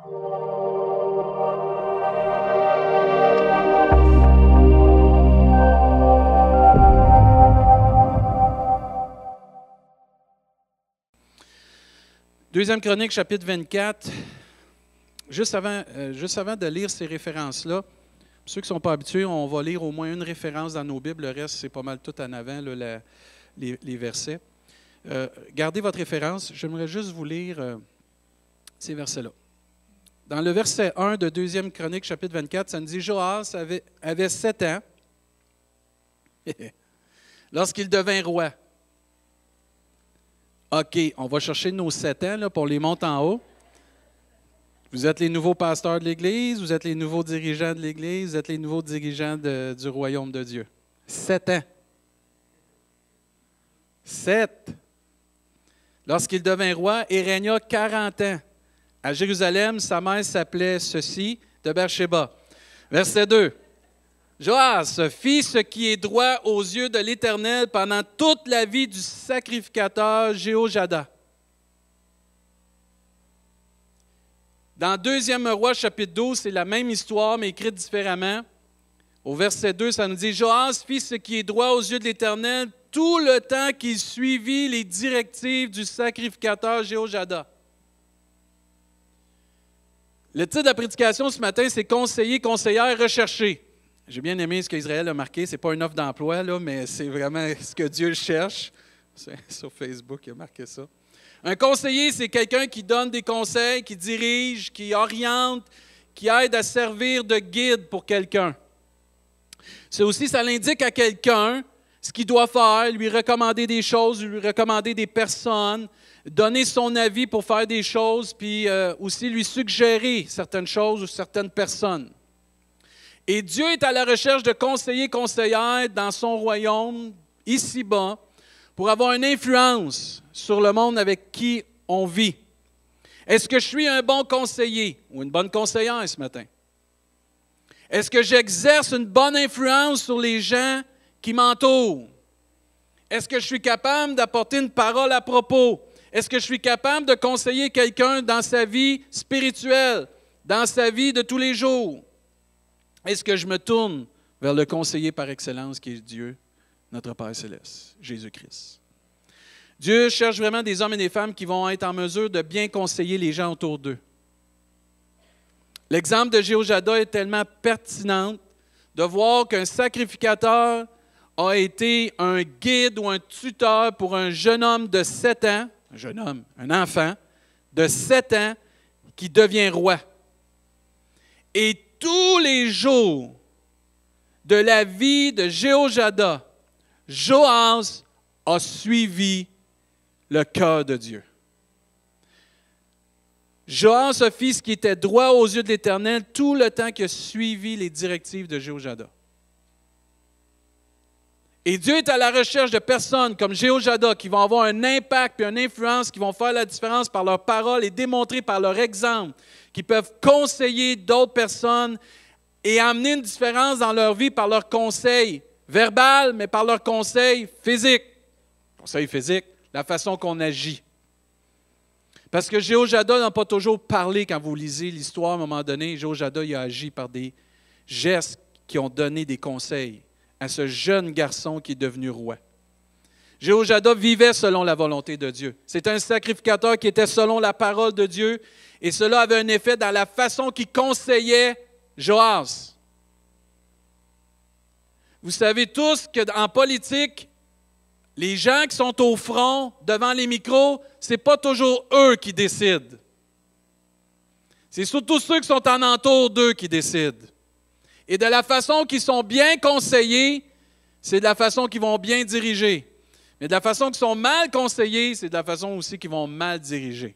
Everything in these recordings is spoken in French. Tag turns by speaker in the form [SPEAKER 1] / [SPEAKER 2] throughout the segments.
[SPEAKER 1] Deuxième Chronique, chapitre 24. Juste avant de lire ces références-là, pour ceux qui ne sont pas habitués, on va lire au moins une référence dans nos Bibles. Le reste, c'est pas mal tout en avant, là, les versets. Gardez votre référence. J'aimerais juste vous lire ces versets-là. Dans le verset 1 de Deuxième Chronique, chapitre 24, ça nous dit « Joas avait 7 ans lorsqu'il devint roi. » OK, on va chercher nos 7 ans là, pour les monter en haut. Vous êtes les nouveaux pasteurs de l'Église, vous êtes les nouveaux dirigeants de l'Église, vous êtes les nouveaux dirigeants du royaume de Dieu. 7 ans. 7. Lorsqu'il devint roi, il régna 40 ans. À Jérusalem, sa mère s'appelait ceci, de Beersheba. Verset 2. Joas fit ce qui est droit aux yeux de l'Éternel pendant toute la vie du sacrificateur Jéhojada. Dans 2 Roi, chapitre 12, c'est la même histoire, mais écrite différemment. Au verset 2, ça nous dit « Joas fit ce qui est droit aux yeux de l'Éternel tout le temps qu'il suivit les directives du sacrificateur Jéhojada. » Le titre de la prédication ce matin, c'est « Conseiller, conseillère, recherché ». J'ai bien aimé ce qu'Israël a marqué. Ce n'est pas une offre d'emploi, là, mais c'est vraiment ce que Dieu cherche. C'est sur Facebook, il a marqué ça. Un conseiller, c'est quelqu'un qui donne des conseils, qui dirige, qui oriente, qui aide à servir de guide pour quelqu'un. C'est aussi, ça l'indique à quelqu'un ce qu'il doit faire, lui recommander des choses, lui recommander des personnes, donner son avis pour faire des choses, puis aussi lui suggérer certaines choses ou certaines personnes. Et Dieu est à la recherche de conseillers, conseillères dans son royaume, ici-bas, pour avoir une influence sur le monde avec qui on vit. Est-ce que je suis un bon conseiller ou une bonne conseillère ce matin? Est-ce que j'exerce une bonne influence sur les gens qui m'entourent? Est-ce que je suis capable d'apporter une parole à propos? Est-ce que je suis capable de conseiller quelqu'un dans sa vie spirituelle, dans sa vie de tous les jours? Est-ce que je me tourne vers le conseiller par excellence qui est Dieu, notre Père céleste, Jésus-Christ? Dieu cherche vraiment des hommes et des femmes qui vont être en mesure de bien conseiller les gens autour d'eux. L'exemple de Jéhojada est tellement pertinent de voir qu'un sacrificateur a été un guide ou un tuteur pour un jeune homme de 7 ans, un enfant de 7 ans qui devient roi. Et tous les jours de la vie de Jéhojada, Joas a suivi le cœur de Dieu. Joas a fait ce qui était droit aux yeux de l'Éternel tout le temps qu'il a suivi les directives de Jéhojada. Et Dieu est à la recherche de personnes comme Jéhojada qui vont avoir un impact et une influence, qui vont faire la différence par leurs paroles et démontrer par leur exemple, qui peuvent conseiller d'autres personnes et amener une différence dans leur vie par leurs conseils verbal, mais par leurs conseils physiques. Conseils physiques, la façon qu'on agit. Parce que Jéhojada n'a pas toujours parlé quand vous lisez l'histoire à un moment donné. Jéhojada il a agi par des gestes qui ont donné des conseils à ce jeune garçon qui est devenu roi. Jéhojada vivait selon la volonté de Dieu. C'est un sacrificateur qui était selon la parole de Dieu et cela avait un effet dans la façon qu'il conseillait Joas. Vous savez tous qu'en politique, les gens qui sont au front, devant les micros, ce n'est pas toujours eux qui décident. C'est surtout ceux qui sont en entour d'eux qui décident. Et de la façon qu'ils sont bien conseillés, c'est de la façon qu'ils vont bien diriger. Mais de la façon qu'ils sont mal conseillés, c'est de la façon aussi qu'ils vont mal diriger.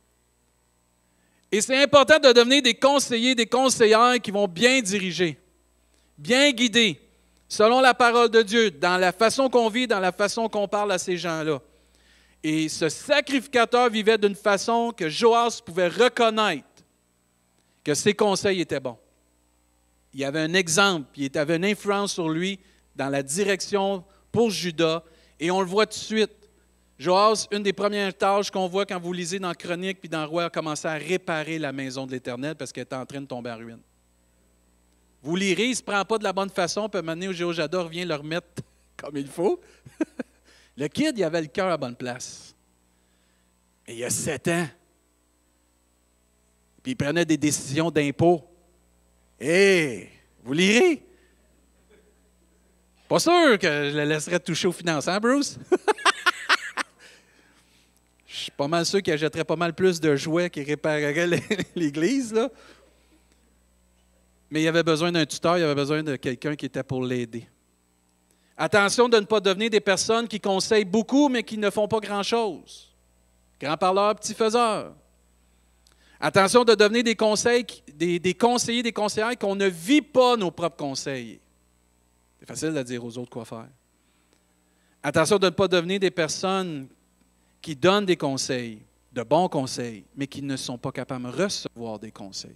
[SPEAKER 1] Et c'est important de devenir des conseillers, des conseillères qui vont bien diriger, bien guider, selon la parole de Dieu, dans la façon qu'on vit, dans la façon qu'on parle à ces gens-là. Et ce sacrificateur vivait d'une façon que Joas pouvait reconnaître que ses conseils étaient bons. Il y avait un exemple, il avait une influence sur lui dans la direction pour Juda, et on le voit tout de suite. Joas, une des premières tâches qu'on voit quand vous lisez dans Chronique puis dans Roi, a commencé à réparer la maison de l'Éternel parce qu'elle était en train de tomber en ruine. Vous lirez, il ne se prend pas de la bonne façon, puis à un moment donné, Jéhojada revient le remettre comme il faut. Le kid, il avait le cœur à la bonne place. Et il y a 7 ans. Puis il prenait des décisions d'impôts. Hé, vous lirez? Pas sûr que je le laisserais toucher aux finances, hein, Bruce? Je suis pas mal sûr qu'il achèterait pas mal plus de jouets qui répareraient l'église, là. Mais il avait besoin d'un tuteur, il avait besoin de quelqu'un qui était pour l'aider. Attention de ne pas devenir des personnes qui conseillent beaucoup, mais qui ne font pas grand-chose. Grand parleur, petit faiseur. Attention de devenir des conseillers, des conseillères qu'on ne vit pas nos propres conseils. C'est facile de dire aux autres quoi faire. Attention de ne pas devenir des personnes qui donnent des conseils, de bons conseils, mais qui ne sont pas capables de recevoir des conseils.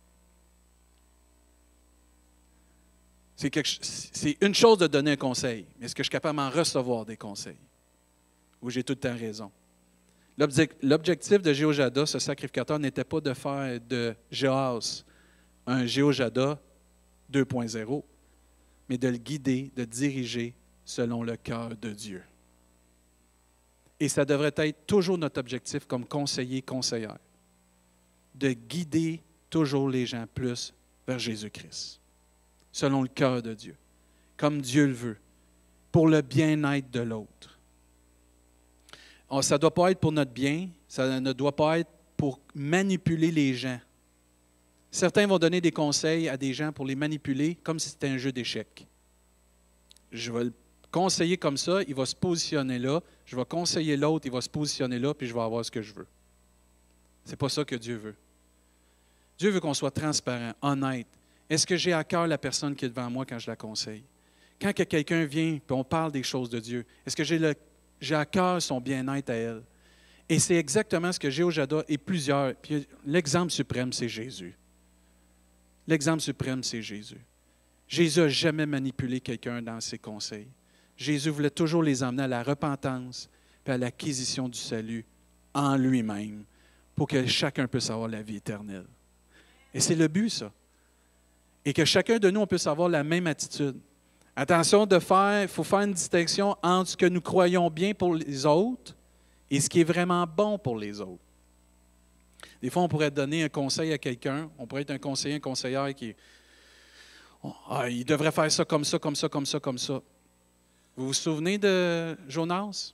[SPEAKER 1] C'est une chose de donner un conseil, mais est-ce que je suis capable d'en recevoir des conseils? Ou j'ai tout le temps raison? L'objectif de Jéhojada, ce sacrificateur, n'était pas de faire de Jehoas un Jéhojada 2.0, mais de le guider, de diriger selon le cœur de Dieu. Et ça devrait être toujours notre objectif comme conseiller, conseillère, de guider toujours les gens plus vers Jésus-Christ, selon le cœur de Dieu, comme Dieu le veut, pour le bien-être de l'autre. Ça ne doit pas être pour notre bien, ça ne doit pas être pour manipuler les gens. Certains vont donner des conseils à des gens pour les manipuler comme si c'était un jeu d'échecs. Je vais le conseiller comme ça, il va se positionner là. Je vais conseiller l'autre, il va se positionner là, puis je vais avoir ce que je veux. Ce n'est pas ça que Dieu veut. Dieu veut qu'on soit transparent, honnête. Est-ce que j'ai à cœur la personne qui est devant moi quand je la conseille? Quand que quelqu'un vient et on parle des choses de Dieu, est-ce que j'ai à cœur son bien-être à elle? Et c'est exactement ce que Jéhojada et plusieurs. Puis l'exemple suprême, c'est Jésus. L'exemple suprême, c'est Jésus. Jésus n'a jamais manipulé quelqu'un dans ses conseils. Jésus voulait toujours les emmener à la repentance et à l'acquisition du salut en lui-même pour que chacun puisse avoir la vie éternelle. Et c'est le but, ça. Et que chacun de nous, on puisse avoir la même attitude. Attention il faut faire une distinction entre ce que nous croyons bien pour les autres et ce qui est vraiment bon pour les autres. Des fois, on pourrait donner un conseil à quelqu'un, on pourrait être un conseiller, une conseillère qui il devrait faire ça comme ça, comme ça, comme ça, comme ça. Vous vous souvenez de Jonas?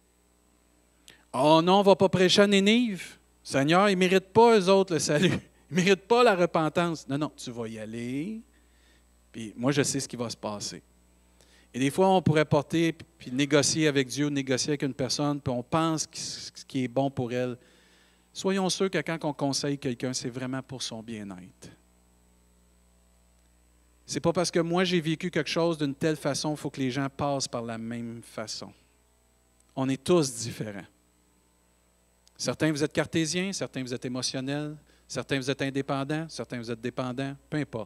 [SPEAKER 1] Oh non, on ne va pas prêcher à Nénive. Seigneur, ils ne méritent pas, eux autres, le salut. Ils ne méritent pas la repentance. Non, tu vas y aller, puis moi, je sais ce qui va se passer. Et des fois, on pourrait porter, puis négocier avec Dieu, négocier avec une personne, puis on pense ce qui est bon pour elle. Soyons sûrs que quand on conseille quelqu'un, c'est vraiment pour son bien-être. Ce n'est pas parce que moi, j'ai vécu quelque chose d'une telle façon qu'il faut que les gens passent par la même façon. On est tous différents. Certains, vous êtes cartésiens, certains, vous êtes émotionnels, certains, vous êtes indépendants, certains, vous êtes dépendants, peu importe.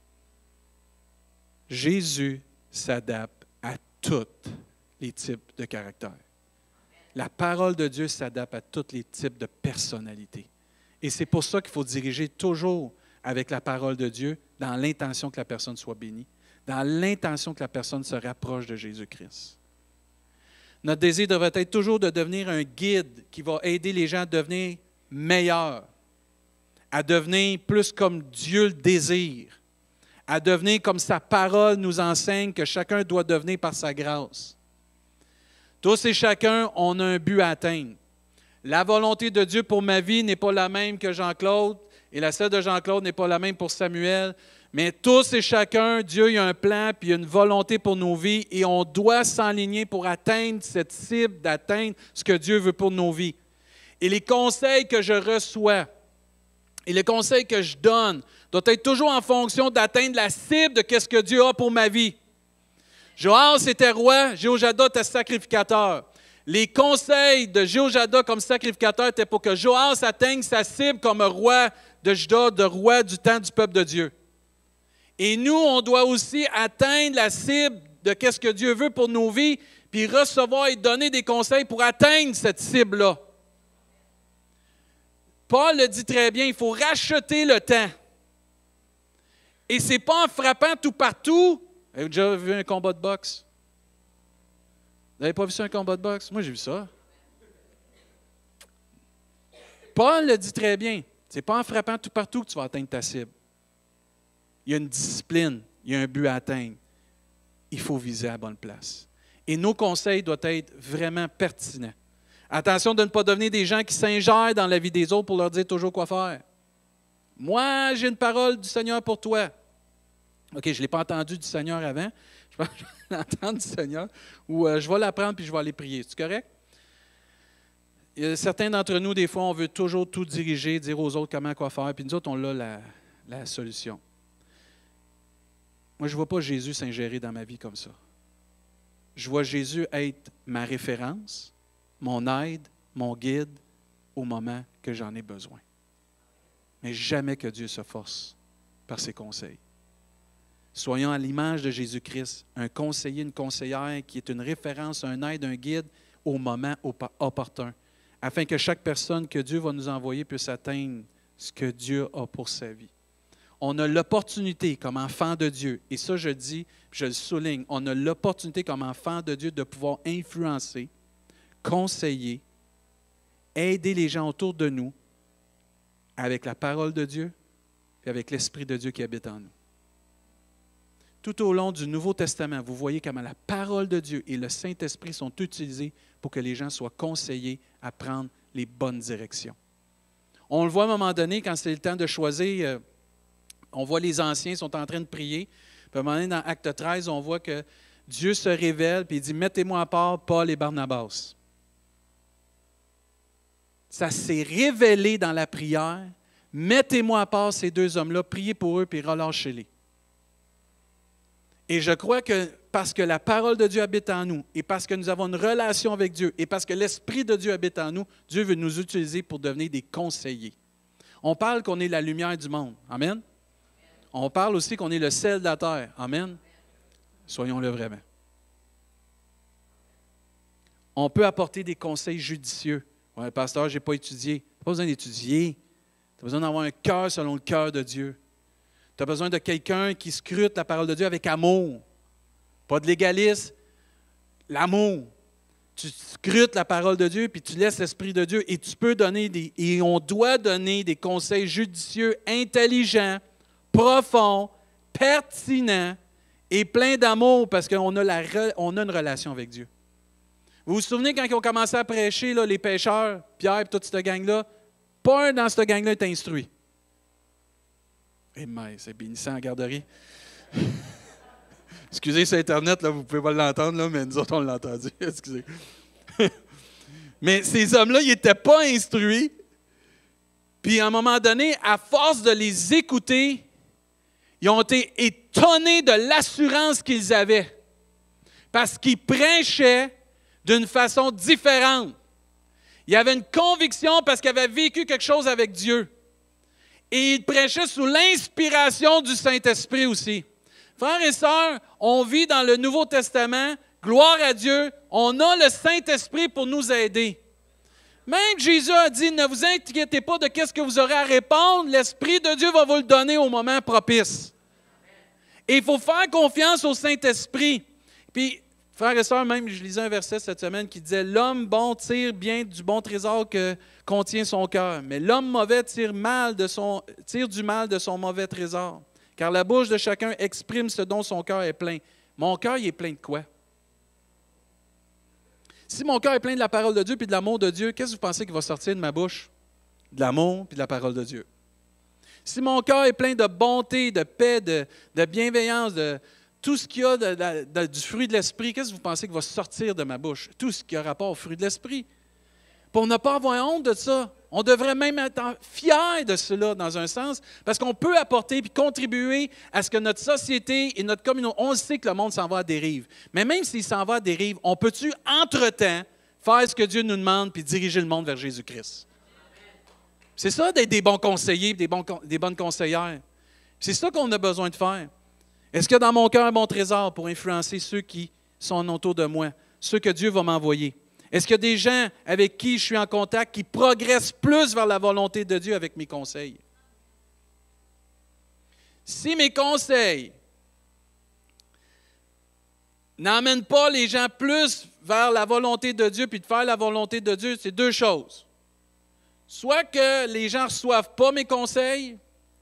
[SPEAKER 1] Jésus s'adapte à tous les types de caractères. La parole de Dieu s'adapte à tous les types de personnalités. Et c'est pour ça qu'il faut diriger toujours avec la parole de Dieu dans l'intention que la personne soit bénie, dans l'intention que la personne se rapproche de Jésus-Christ. Notre désir devrait être toujours de devenir un guide qui va aider les gens à devenir meilleurs, à devenir plus comme Dieu le désire, à devenir comme sa parole nous enseigne que chacun doit devenir par sa grâce. Tous et chacun, on a un but à atteindre. La volonté de Dieu pour ma vie n'est pas la même que Jean-Claude, et la celle de Jean-Claude n'est pas la même pour Samuel, mais tous et chacun, Dieu il a un plan puis il a une volonté pour nos vies et on doit s'enligner pour atteindre cette cible, d'atteindre ce que Dieu veut pour nos vies. Et les conseils que je reçois et les conseils que je donne doivent être toujours en fonction d'atteindre la cible de ce que Dieu a pour ma vie. Joas était roi, Jéhojada était sacrificateur. Les conseils de Jéhojada comme sacrificateur étaient pour que Joas atteigne sa cible comme roi de Juda, de roi du temps du peuple de Dieu. Et nous, on doit aussi atteindre la cible de ce que Dieu veut pour nos vies, puis recevoir et donner des conseils pour atteindre cette cible-là. Paul le dit très bien, il faut racheter le temps. Et ce n'est pas en frappant tout partout. Avez-vous déjà vu un combat de boxe? Vous n'avez pas vu ça, un combat de boxe? Moi, j'ai vu ça. Paul le dit très bien. Ce n'est pas en frappant tout partout que tu vas atteindre ta cible. Il y a une discipline, il y a un but à atteindre. Il faut viser à la bonne place. Et nos conseils doivent être vraiment pertinents. Attention de ne pas devenir des gens qui s'ingèrent dans la vie des autres pour leur dire toujours quoi faire. Moi, j'ai une parole du Seigneur pour toi. OK, je ne l'ai pas entendu du Seigneur avant. Je pense que je vais l'entendre du Seigneur. Ou je vais l'apprendre puis je vais aller prier. C'est correct? Certains d'entre nous, des fois, on veut toujours tout diriger, dire aux autres comment quoi faire. Puis nous autres, on a la solution. Moi, je ne vois pas Jésus s'ingérer dans ma vie comme ça. Je vois Jésus être ma référence, mon aide, mon guide au moment que j'en ai besoin. Mais jamais que Dieu se force par ses conseils. Soyons à l'image de Jésus-Christ, un conseiller, une conseillère qui est une référence, un aide, un guide au moment opportun, afin que chaque personne que Dieu va nous envoyer puisse atteindre ce que Dieu a pour sa vie. On a l'opportunité comme enfant de Dieu, et ça je dis, je le souligne, on a l'opportunité comme enfant de Dieu de pouvoir influencer, conseiller, aider les gens autour de nous avec la parole de Dieu et avec l'Esprit de Dieu qui habite en nous. Tout au long du Nouveau Testament, vous voyez comment la parole de Dieu et le Saint-Esprit sont utilisés pour que les gens soient conseillés à prendre les bonnes directions. On le voit à un moment donné, quand c'est le temps de choisir, on voit les anciens sont en train de prier. Puis à un moment donné, dans Acte 13, on voit que Dieu se révèle et il dit « Mettez-moi à part Paul et Barnabas ». Ça s'est révélé dans la prière. Mettez-moi à part ces deux hommes-là, priez pour eux puis relâchez-les. Et je crois que parce que la parole de Dieu habite en nous, et parce que nous avons une relation avec Dieu, et parce que l'Esprit de Dieu habite en nous, Dieu veut nous utiliser pour devenir des conseillers. On parle qu'on est la lumière du monde. Amen. On parle aussi qu'on est le sel de la terre. Amen. Soyons-le vraiment. On peut apporter des conseils judicieux. Ouais, pasteur, je n'ai pas étudié. Tu n'as pas besoin d'étudier. Tu as besoin d'avoir un cœur selon le cœur de Dieu. Tu as besoin de quelqu'un qui scrute la parole de Dieu avec amour. Pas de légalisme, l'amour. Tu scrutes la parole de Dieu, puis tu laisses l'Esprit de Dieu, et tu peux donner et on doit donner des conseils judicieux, intelligents, profonds, pertinents et pleins d'amour, parce qu'on a une relation avec Dieu. Vous vous souvenez quand ils ont commencé à prêcher, là, les pêcheurs, Pierre et toute cette gang-là, pas un dans cette gang-là est instruit. Eh mais c'est bénissant en garderie. Excusez sur Internet, là, vous ne pouvez pas l'entendre, là, mais nous autres, on l'a entendu. Excusez. Mais ces hommes-là, ils n'étaient pas instruits. Puis à un moment donné, à force de les écouter, ils ont été étonnés de l'assurance qu'ils avaient. Parce qu'ils prêchaient d'une façon différente. Ils avaient une conviction parce qu'ils avaient vécu quelque chose avec Dieu. Et ils prêchaient sous l'inspiration du Saint-Esprit aussi. Frères et sœurs, on vit dans le Nouveau Testament, gloire à Dieu, on a le Saint-Esprit pour nous aider. Même Jésus a dit, ne vous inquiétez pas de ce que vous aurez à répondre, l'Esprit de Dieu va vous le donner au moment propice. Et il faut faire confiance au Saint-Esprit. Puis, frères et sœurs, même je lisais un verset cette semaine qui disait, l'homme bon tire bien du bon trésor que contient son cœur, mais l'homme mauvais tire du mal de son mauvais trésor. Car la bouche de chacun exprime ce dont son cœur est plein. Mon cœur, il est plein de quoi? Si mon cœur est plein de la parole de Dieu et de l'amour de Dieu, qu'est-ce que vous pensez qui va sortir de ma bouche? De l'amour et de la parole de Dieu. Si mon cœur est plein de bonté, de paix, de bienveillance, de tout ce qu'il y a du fruit de l'Esprit, qu'est-ce que vous pensez qui va sortir de ma bouche? Tout ce qui a rapport au fruit de l'Esprit. Pour ne pas avoir honte de ça. On devrait même être fiers de cela, dans un sens, parce qu'on peut apporter et contribuer à ce que notre société et notre communauté, on sait que le monde s'en va à dérive. Mais même s'il s'en va à dérive, on peut-tu, entre-temps, faire ce que Dieu nous demande puis diriger le monde vers Jésus-Christ? C'est ça d'être des bons conseillers, des bonnes conseillères. C'est ça qu'on a besoin de faire. Est-ce que dans mon cœur un bon trésor pour influencer ceux qui sont autour de moi? ceux que Dieu va m'envoyer? Est-ce qu'il y a des gens avec qui je suis en contact qui progressent plus vers la volonté de Dieu avec mes conseils? Si mes conseils n'emmènent pas les gens plus vers la volonté de Dieu puis de faire la volonté de Dieu, c'est deux choses. Soit que les gens ne reçoivent pas mes conseils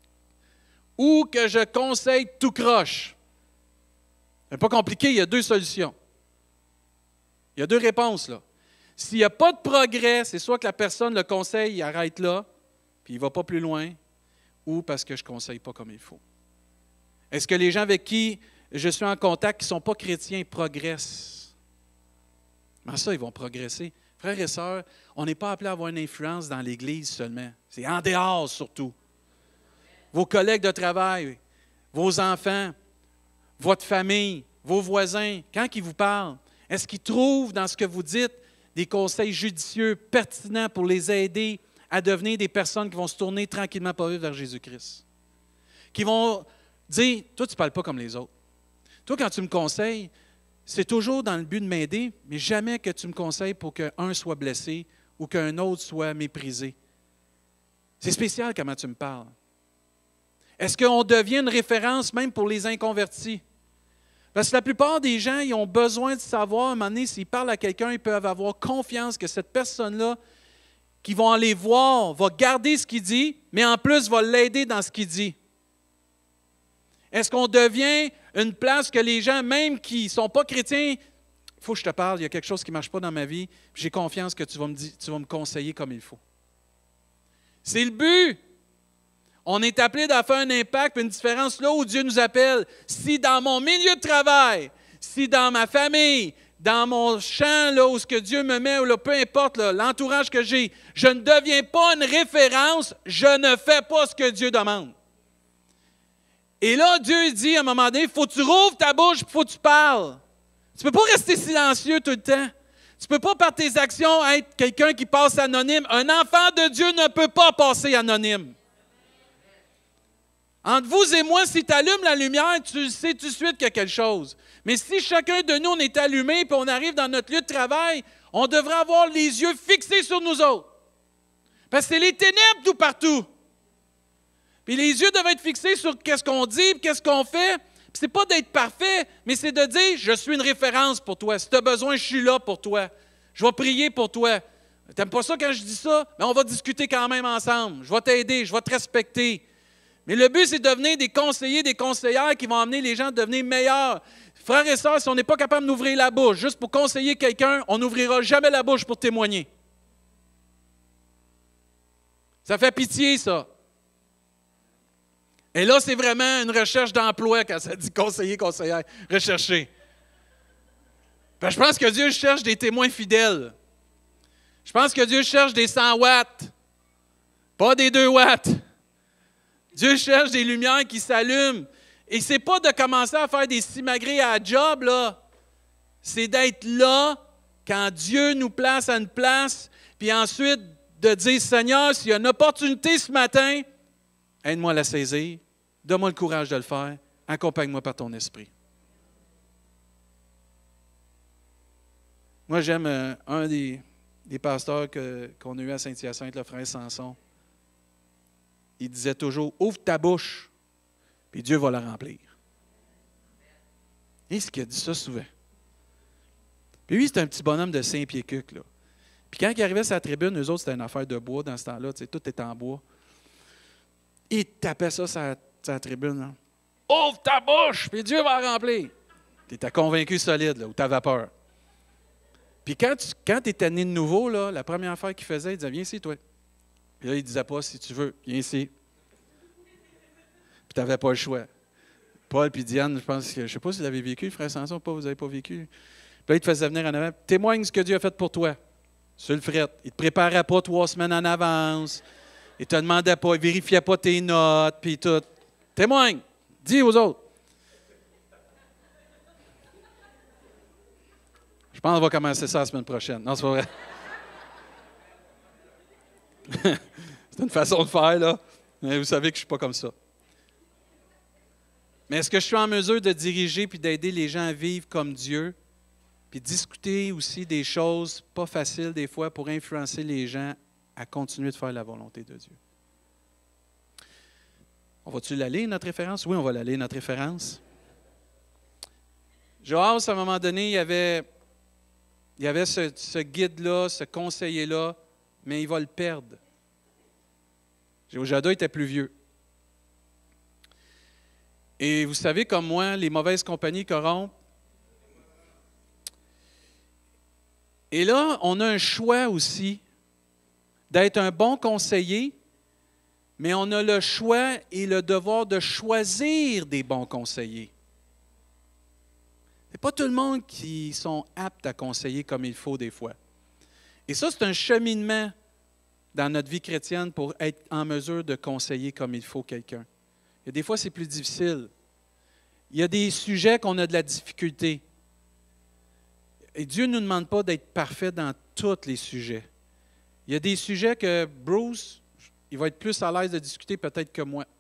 [SPEAKER 1] ou que je conseille tout croche. Ce n'est pas compliqué, il y a deux solutions. Il y a deux réponses là. S'il n'y a pas de progrès, c'est soit que la personne, le conseil, il arrête là, puis il ne va pas plus loin, ou parce que je ne conseille pas comme il faut. Est-ce que les gens avec qui je suis en contact qui ne sont pas chrétiens progressent? Comment ça, ils vont progresser? Frères et sœurs, on n'est pas appelé à avoir une influence dans l'Église seulement. C'est en dehors surtout. Vos collègues de travail, vos enfants, votre famille, vos voisins, quand ils vous parlent, est-ce qu'ils trouvent dans ce que vous dites des conseils judicieux, pertinents pour les aider à devenir des personnes qui vont se tourner tranquillement pas vite vers Jésus-Christ? Qui vont dire, toi, tu ne parles pas comme les autres. Toi, quand tu me conseilles, c'est toujours dans le but de m'aider, mais jamais que tu me conseilles pour qu'un soit blessé ou qu'un autre soit méprisé. C'est spécial comment tu me parles. Est-ce qu'on devient une référence même pour les inconvertis? Parce que la plupart des gens, ils ont besoin de savoir, à un moment donné, s'ils parlent à quelqu'un, ils peuvent avoir confiance que cette personne-là, qui vont aller voir, va garder ce qu'il dit, mais en plus va l'aider dans ce qu'il dit. Est-ce qu'on devient une place que les gens, même qui ne sont pas chrétiens, il faut que je te parle, il y a quelque chose qui ne marche pas dans ma vie, j'ai confiance que tu vas me conseiller comme il faut. C'est le but. On est appelé à faire un impact, une différence là où Dieu nous appelle. Si dans mon milieu de travail, si dans ma famille, dans mon champ, là, où ce que Dieu me met, ou là, peu importe là, l'entourage que j'ai, je ne deviens pas une référence, je ne fais pas ce que Dieu demande. Et là, Dieu dit à un moment donné, il faut que tu rouvres ta bouche, il faut que tu parles. Tu ne peux pas rester silencieux tout le temps. Tu ne peux pas, par tes actions, être quelqu'un qui passe anonyme. Un enfant de Dieu ne peut pas passer anonyme. Entre vous et moi, si tu allumes la lumière, tu sais tout de suite qu'il y a quelque chose. Mais si chacun de nous, on est allumé et on arrive dans notre lieu de travail, on devrait avoir les yeux fixés sur nous autres. Parce que c'est les ténèbres tout partout. Puis les yeux doivent être fixés sur qu'est-ce qu'on dit, qu'est-ce qu'on fait. Puis c'est pas d'être parfait, mais c'est de dire, je suis une référence pour toi. Si tu as besoin, je suis là pour toi. Je vais prier pour toi. Tu n'aimes pas ça quand je dis ça? Mais on va discuter quand même ensemble. Je vais t'aider, je vais te respecter. Mais le but, c'est de devenir des conseillers, des conseillères qui vont amener les gens à devenir meilleurs. Frères et sœurs, si on n'est pas capable d'ouvrir la bouche juste pour conseiller quelqu'un, on n'ouvrira jamais la bouche pour témoigner. Ça fait pitié, ça. Et là, c'est vraiment une recherche d'emploi quand ça dit conseiller, conseillère. Rechercher. Je pense que Dieu cherche des témoins fidèles. Je pense que Dieu cherche des 100 watts, pas des 2 watts. Dieu cherche des lumières qui s'allument. Et ce n'est pas de commencer à faire des simagrées à la job, là. C'est d'être là quand Dieu nous place à une place, puis ensuite de dire, Seigneur, s'il y a une opportunité ce matin, aide-moi à la saisir, donne-moi le courage de le faire, accompagne-moi par ton esprit. Moi, j'aime un des pasteurs qu'on a eu à Saint-Hyacinthe, le frère Samson. Il disait toujours, ouvre ta bouche, puis Dieu va la remplir. Et ce qu'il a dit ça souvent. Puis lui, c'était un petit bonhomme de 5 pieds cucs, là. Puis quand il arrivait sur la tribune, eux autres, c'était une affaire de bois dans ce temps-là, tu sais, tout était en bois. Il tapait ça sur la tribune, là. Ouvre ta bouche, puis Dieu va la remplir. Tu étais convaincu solide, là, ou tu avais peur. Puis quand tu étais né de nouveau, là, la première affaire qu'il faisait, il disait, viens ici, toi. Puis là, il ne disait pas, si tu veux, viens ici. Puis tu n'avais pas le choix. Paul puis Diane, je ne sais pas si vous avez vécu, frère Samson, ou pas, vous n'avez pas vécu. Puis là, il te faisait venir en avant. Témoigne ce que Dieu a fait pour toi. Sur le fret. Il ne te préparait pas 3 semaines en avance. Il ne te demandait pas, il ne vérifiait pas tes notes, puis tout. Témoigne. Dis aux autres. Je pense qu'on va commencer ça la semaine prochaine. Non, c'est pas vrai. C'est une façon de faire, là. Mais vous savez que je ne suis pas comme ça. Mais est-ce que je suis en mesure de diriger puis d'aider les gens à vivre comme Dieu? puis discuter aussi des choses pas faciles des fois pour influencer les gens à continuer de faire la volonté de Dieu. On va-tu la lire, notre référence? Oui, on va la lire, notre référence. Joas, à un moment donné, il y avait ce guide-là, ce conseiller-là, mais il va le perdre. Jéhoiada était plus vieux. Et vous savez, comme moi, les mauvaises compagnies corrompent. Et là, on a un choix aussi d'être un bon conseiller, mais on a le choix et le devoir de choisir des bons conseillers. Ce n'est pas tout le monde qui sont aptes à conseiller comme il faut des fois. Et ça, c'est un cheminement dans notre vie chrétienne pour être en mesure de conseiller comme il faut quelqu'un. Et des fois, c'est plus difficile. Il y a des sujets qu'on a de la difficulté. Et Dieu ne nous demande pas d'être parfait dans tous les sujets. Il y a des sujets que Bruce, il va être plus à l'aise de discuter peut-être que moi.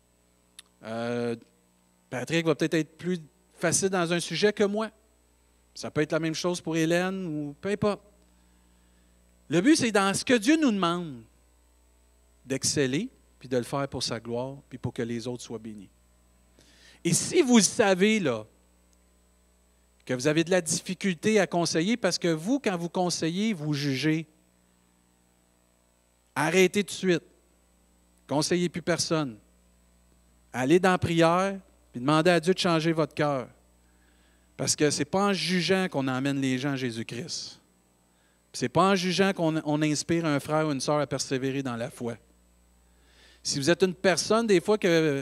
[SPEAKER 1] Patrick va peut-être être plus facile dans un sujet que moi. Ça peut être la même chose pour Hélène ou peu importe. Le but, c'est dans ce que Dieu nous demande, d'exceller, puis de le faire pour sa gloire, puis pour que les autres soient bénis. Et si vous savez, là, que vous avez de la difficulté à conseiller, parce que vous, quand vous conseillez, vous jugez, arrêtez tout de suite. Conseillez plus personne. Allez dans la prière, puis demandez à Dieu de changer votre cœur. Parce que ce n'est pas en jugeant qu'on emmène les gens à Jésus-Christ. Ce n'est pas en jugeant qu'on inspire un frère ou une sœur à persévérer dans la foi. Si vous êtes une personne, des fois, que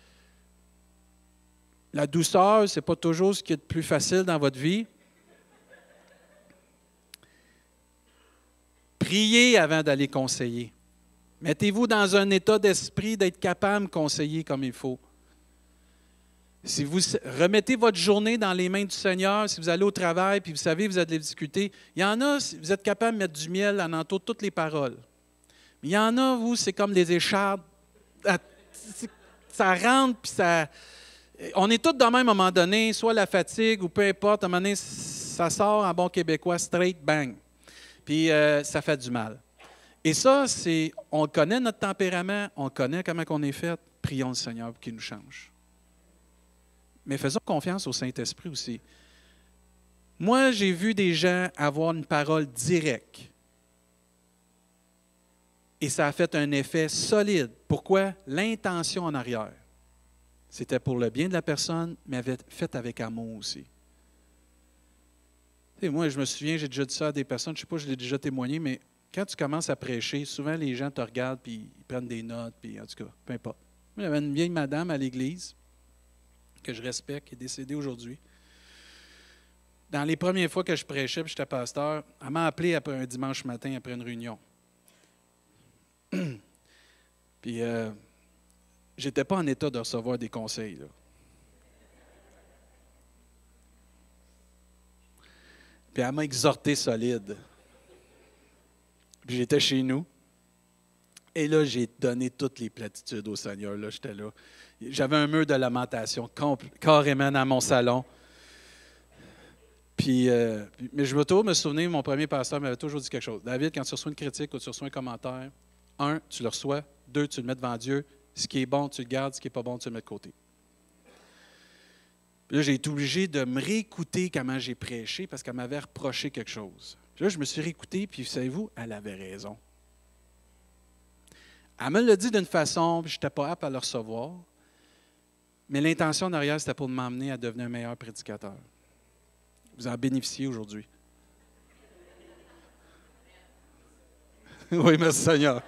[SPEAKER 1] la douceur, ce n'est pas toujours ce qui est le plus facile dans votre vie, priez avant d'aller conseiller. Mettez-vous dans un état d'esprit d'être capable de conseiller comme il faut. Si vous remettez votre journée dans les mains du Seigneur, si vous allez au travail, puis vous savez, vous avez des difficultés, il y en a, vous êtes capable de mettre du miel en entour de toutes les paroles. Mais il y en a, vous, c'est comme des échardes. Ça rentre, puis ça... On est tous de même à un moment donné, soit la fatigue ou peu importe, à un moment donné, ça sort en bon québécois, straight, bang. Puis ça fait du mal. Et ça, on connaît notre tempérament, on connaît comment on est fait. Prions le Seigneur pour qu'il nous change. Mais faisons confiance au Saint-Esprit aussi. Moi, j'ai vu des gens avoir une parole directe. Et ça a fait un effet solide. Pourquoi? L'intention en arrière. C'était pour le bien de la personne, mais fait avec amour aussi. Et moi, je me souviens, j'ai déjà dit ça à des personnes, je ne sais pas, je l'ai déjà témoigné, mais quand tu commences à prêcher, souvent les gens te regardent puis ils prennent des notes, puis en tout cas, peu importe. Il y avait une vieille madame à l'église que je respecte, qui est décédée aujourd'hui. Dans les premières fois que je prêchais, puis j'étais pasteur, elle m'a appelé après un dimanche matin, après une réunion. Puis, j'étais pas en état de recevoir des conseils, là. Puis elle m'a exhorté solide. Puis j'étais chez nous. Et là, j'ai donné toutes les platitudes au Seigneur. Là, j'étais là. J'avais un mur de lamentation carrément dans mon salon. Mais je veux toujours me souvenir, mon premier pasteur m'avait toujours dit quelque chose. David, quand tu reçois une critique ou tu reçois un commentaire, 1, tu le reçois. 2, tu le mets devant Dieu. Ce qui est bon, tu le gardes. Ce qui n'est pas bon, tu le mets de côté. Puis là, j'ai été obligé de me réécouter comment j'ai prêché parce qu'elle m'avait reproché quelque chose. Puis là, je me suis réécouté, puis savez-vous, elle avait raison. Elle me l'a dit d'une façon, puis je n'étais pas apte à le recevoir. Mais l'intention derrière, c'était pour m'emmener à devenir un meilleur prédicateur. Vous en bénéficiez aujourd'hui. Oui, merci Seigneur.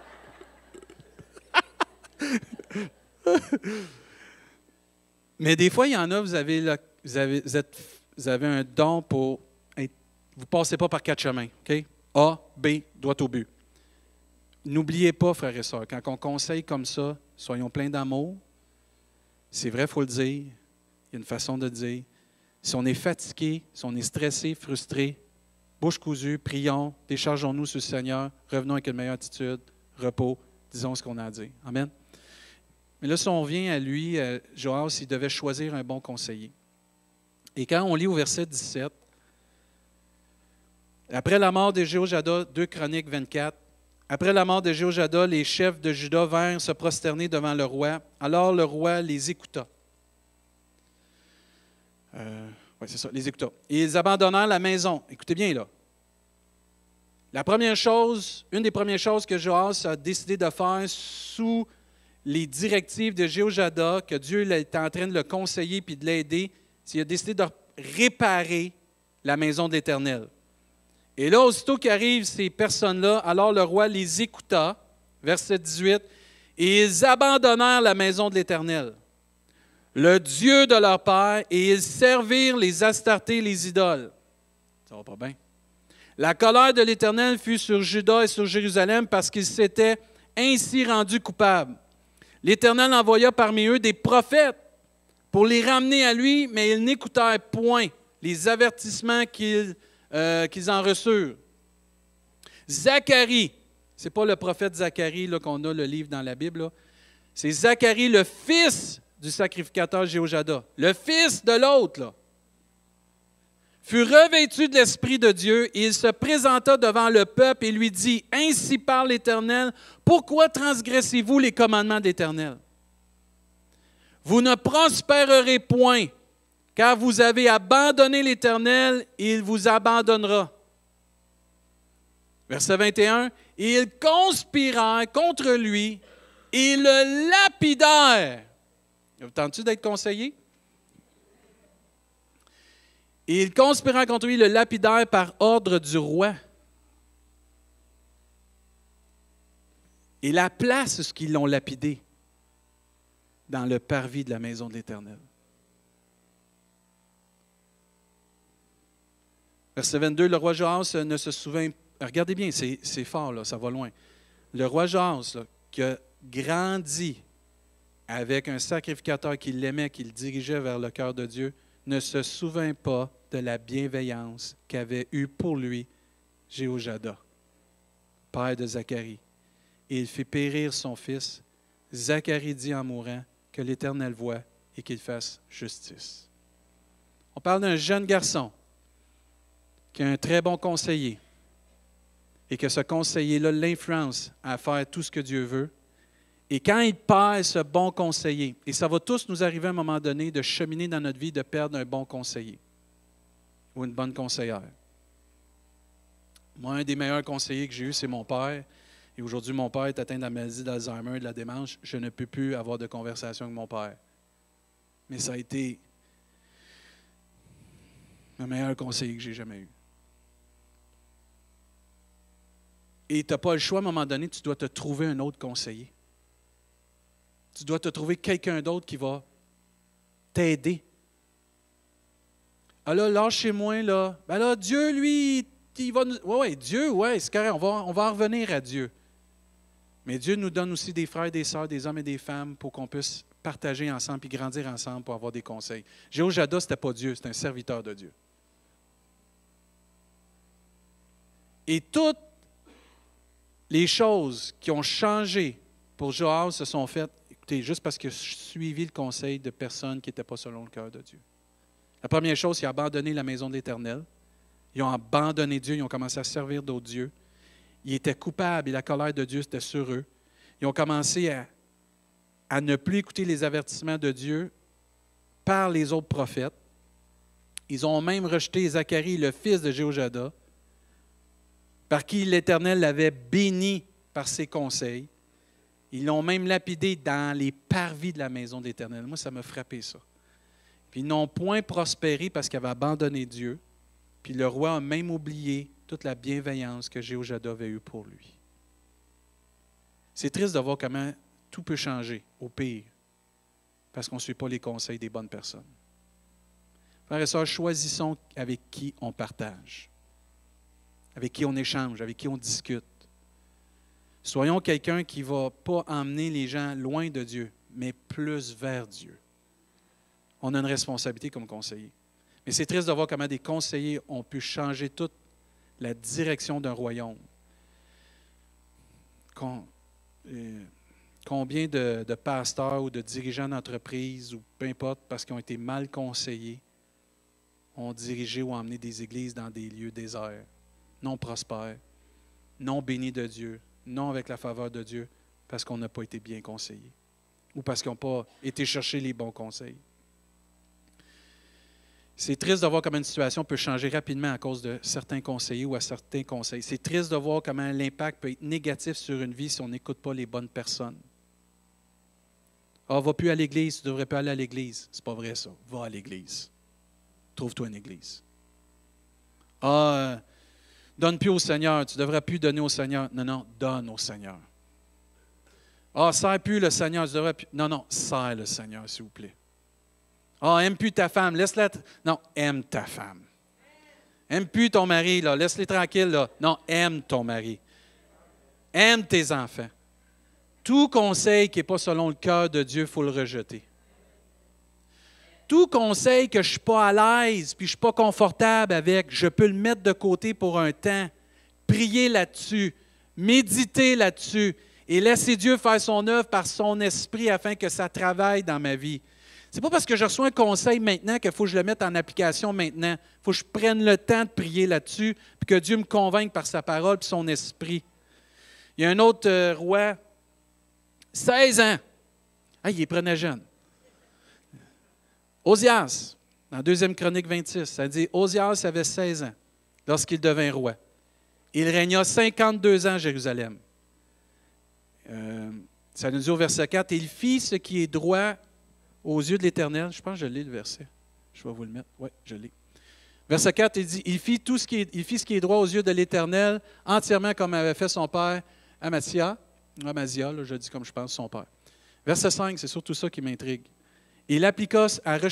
[SPEAKER 1] Mais des fois, il y en a, vous avez un don pour être... Vous ne passez pas par 4 chemins. OK? A, B, droit au but. N'oubliez pas, frères et sœurs, quand on conseille comme ça, soyons pleins d'amour. C'est vrai, il faut le dire. Il y a une façon de le dire. Si on est fatigué, si on est stressé, frustré, bouche cousue, prions, déchargeons-nous sur le Seigneur, revenons avec une meilleure attitude, repos, disons ce qu'on a à dire. Amen. Mais là, si on revient à lui, Joas, il devait choisir un bon conseiller. Et quand on lit au verset 17, Après la mort de Jéhoiada, 2 Chroniques 24, après la mort de Jéhoiada, les chefs de Juda vinrent se prosterner devant le roi. Alors le roi les écouta. Oui, c'est ça, les écouta. Et ils abandonnèrent la maison. Écoutez bien, là. Une des premières choses que Joas a décidé de faire sous les directives de Jéhoiada, que Dieu était en train de le conseiller puis de l'aider, c'est qu'il a décidé de réparer la maison de l'Éternel. Et là, aussitôt qu'arrivent ces personnes-là, alors le roi les écouta, verset 18, et ils abandonnèrent la maison de l'Éternel, le Dieu de leur père, et ils servirent les Astartés, les idoles. Ça va pas bien. La colère de l'Éternel fut sur Juda et sur Jérusalem parce qu'ils s'étaient ainsi rendus coupables. L'Éternel envoya parmi eux des prophètes pour les ramener à lui, mais ils n'écoutèrent point les avertissements qu'ils en reçurent. Zacharie, ce n'est pas le prophète Zacharie là, qu'on a le livre dans la Bible, là. C'est Zacharie, le fils du sacrificateur Jéhoiada, le fils de l'autre, là, fut revêtu de l'Esprit de Dieu et il se présenta devant le peuple et lui dit, « Ainsi parle l'Éternel, pourquoi transgressez-vous les commandements de l'Éternel? Vous ne prospérerez point, car vous avez abandonné l'Éternel et il vous abandonnera. » Verset 21, « Et ils conspirèrent contre lui et le lapidèrent. » Vous tentez d'être conseillé? Et ils conspirèrent contre lui, le lapidèrent par ordre du roi. Et la place où ils l'ont lapidé, dans le parvis de la maison de l'Éternel. Verset 22, le roi Joas ne se souvint, regardez bien, c'est fort, là, ça va loin. Le roi Joas, là, qui a grandi avec un sacrificateur qui l'aimait, qui le dirigeait vers le cœur de Dieu, ne se souvint pas de la bienveillance qu'avait eue pour lui Jéhoiada, père de Zacharie. Et il fit périr son fils. Zacharie dit en mourant que l'Éternel voit et qu'il fasse justice. On parle d'un jeune garçon qui a un très bon conseiller et que ce conseiller-là l'influence à faire tout ce que Dieu veut. Et quand il perd ce bon conseiller, et ça va tous nous arriver à un moment donné de cheminer dans notre vie, de perdre un bon conseiller ou une bonne conseillère. Moi, un des meilleurs conseillers que j'ai eu, c'est mon père. Et aujourd'hui, mon père est atteint de la maladie d'Alzheimer et de la démence. Je ne peux plus avoir de conversation avec mon père. Mais ça a été le meilleur conseiller que j'ai jamais eu. Et tu n'as pas le choix, à un moment donné, tu dois te trouver un autre conseiller. Tu dois te trouver quelqu'un d'autre qui va t'aider. Ah là, lâchez-moi, là. Ben là, Dieu, lui, il va nous... Oui, Dieu, oui, c'est correct, on va en revenir à Dieu. Mais Dieu nous donne aussi des frères, des sœurs, des hommes et des femmes pour qu'on puisse partager ensemble et grandir ensemble pour avoir des conseils. Jéhoiada, ce n'était pas Dieu, c'était un serviteur de Dieu. Et toutes les choses qui ont changé pour Joas se sont faites, écoutez, juste parce que je suivi le conseil de personnes qui n'étaient pas selon le cœur de Dieu. La première chose, c'est abandonner la maison de l'Éternel. Ils ont abandonné Dieu, ils ont commencé à servir d'autres dieux. Ils étaient coupables et la colère de Dieu était sur eux. Ils ont commencé à ne plus écouter les avertissements de Dieu par les autres prophètes. Ils ont même rejeté Zacharie, le fils de Jéhoiada, par qui l'Éternel l'avait béni par ses conseils. Ils l'ont même lapidé dans les parvis de la maison de l'Éternel. Moi, ça m'a frappé, ça. Puis ils n'ont point prospéré parce qu'ils avaient abandonné Dieu. Puis le roi a même oublié toute la bienveillance que Jéhoiada avait eue pour lui. C'est triste de voir comment tout peut changer au pire parce qu'on ne suit pas les conseils des bonnes personnes. Frères et sœurs, choisissons avec qui on partage, avec qui on échange, avec qui on discute. Soyons quelqu'un qui ne va pas emmener les gens loin de Dieu, mais plus vers Dieu. On a une responsabilité comme conseiller. Mais c'est triste de voir comment des conseillers ont pu changer toute la direction d'un royaume. Combien de pasteurs ou de dirigeants d'entreprise, ou peu importe, parce qu'ils ont été mal conseillés, ont dirigé ou emmené des églises dans des lieux déserts, non prospères, non bénis de Dieu, non avec la faveur de Dieu, parce qu'on n'a pas été bien conseillés ou parce qu'ils n'ont pas été chercher les bons conseils. C'est triste de voir comment une situation peut changer rapidement à cause de certains conseillers ou à certains conseils. C'est triste de voir comment l'impact peut être négatif sur une vie si on n'écoute pas les bonnes personnes. Ah, va plus à l'église, tu ne devrais pas aller à l'église. C'est pas vrai ça. Va à l'église. Trouve-toi une église. Ah, donne plus au Seigneur, tu ne devrais plus donner au Seigneur. Non, non, donne au Seigneur. Ah, sers plus le Seigneur, tu devrais plus. Non, non, sers le Seigneur, s'il vous plaît. Ah, aime plus ta femme, laisse-la. Non, aime ta femme. Aime plus ton mari, là, laisse-les tranquilles, là. Non, aime ton mari. Aime tes enfants. Tout conseil qui n'est pas selon le cœur de Dieu, il faut le rejeter. Tout conseil que je ne suis pas à l'aise, puis je ne suis pas confortable avec, je peux le mettre de côté pour un temps, prier là-dessus, méditer là-dessus et laisser Dieu faire son œuvre par son esprit afin que ça travaille dans ma vie. Ce n'est pas parce que je reçois un conseil maintenant qu'il faut que je le mette en application maintenant. Il faut que je prenne le temps de prier là-dessus, puis que Dieu me convainque par sa parole et son esprit. Il y a un autre roi, 16 ans. Ah, il les prenait jeune. Osias, dans 2 Chronique 26, ça dit Osias avait 16 ans lorsqu'il devint roi. Il régna 52 ans à Jérusalem. Ça nous dit au verset 4, il fit ce qui est droit aux yeux de l'Éternel. Je pense que je l'ai le verset. Je vais vous le mettre. Oui, je l'ai. Verset 4, il dit, il fit ce qui est droit aux yeux de l'Éternel, entièrement comme avait fait son père Amazia, là, je dis comme je pense son père. Verset 5, c'est surtout ça qui m'intrigue. Il s'appliqua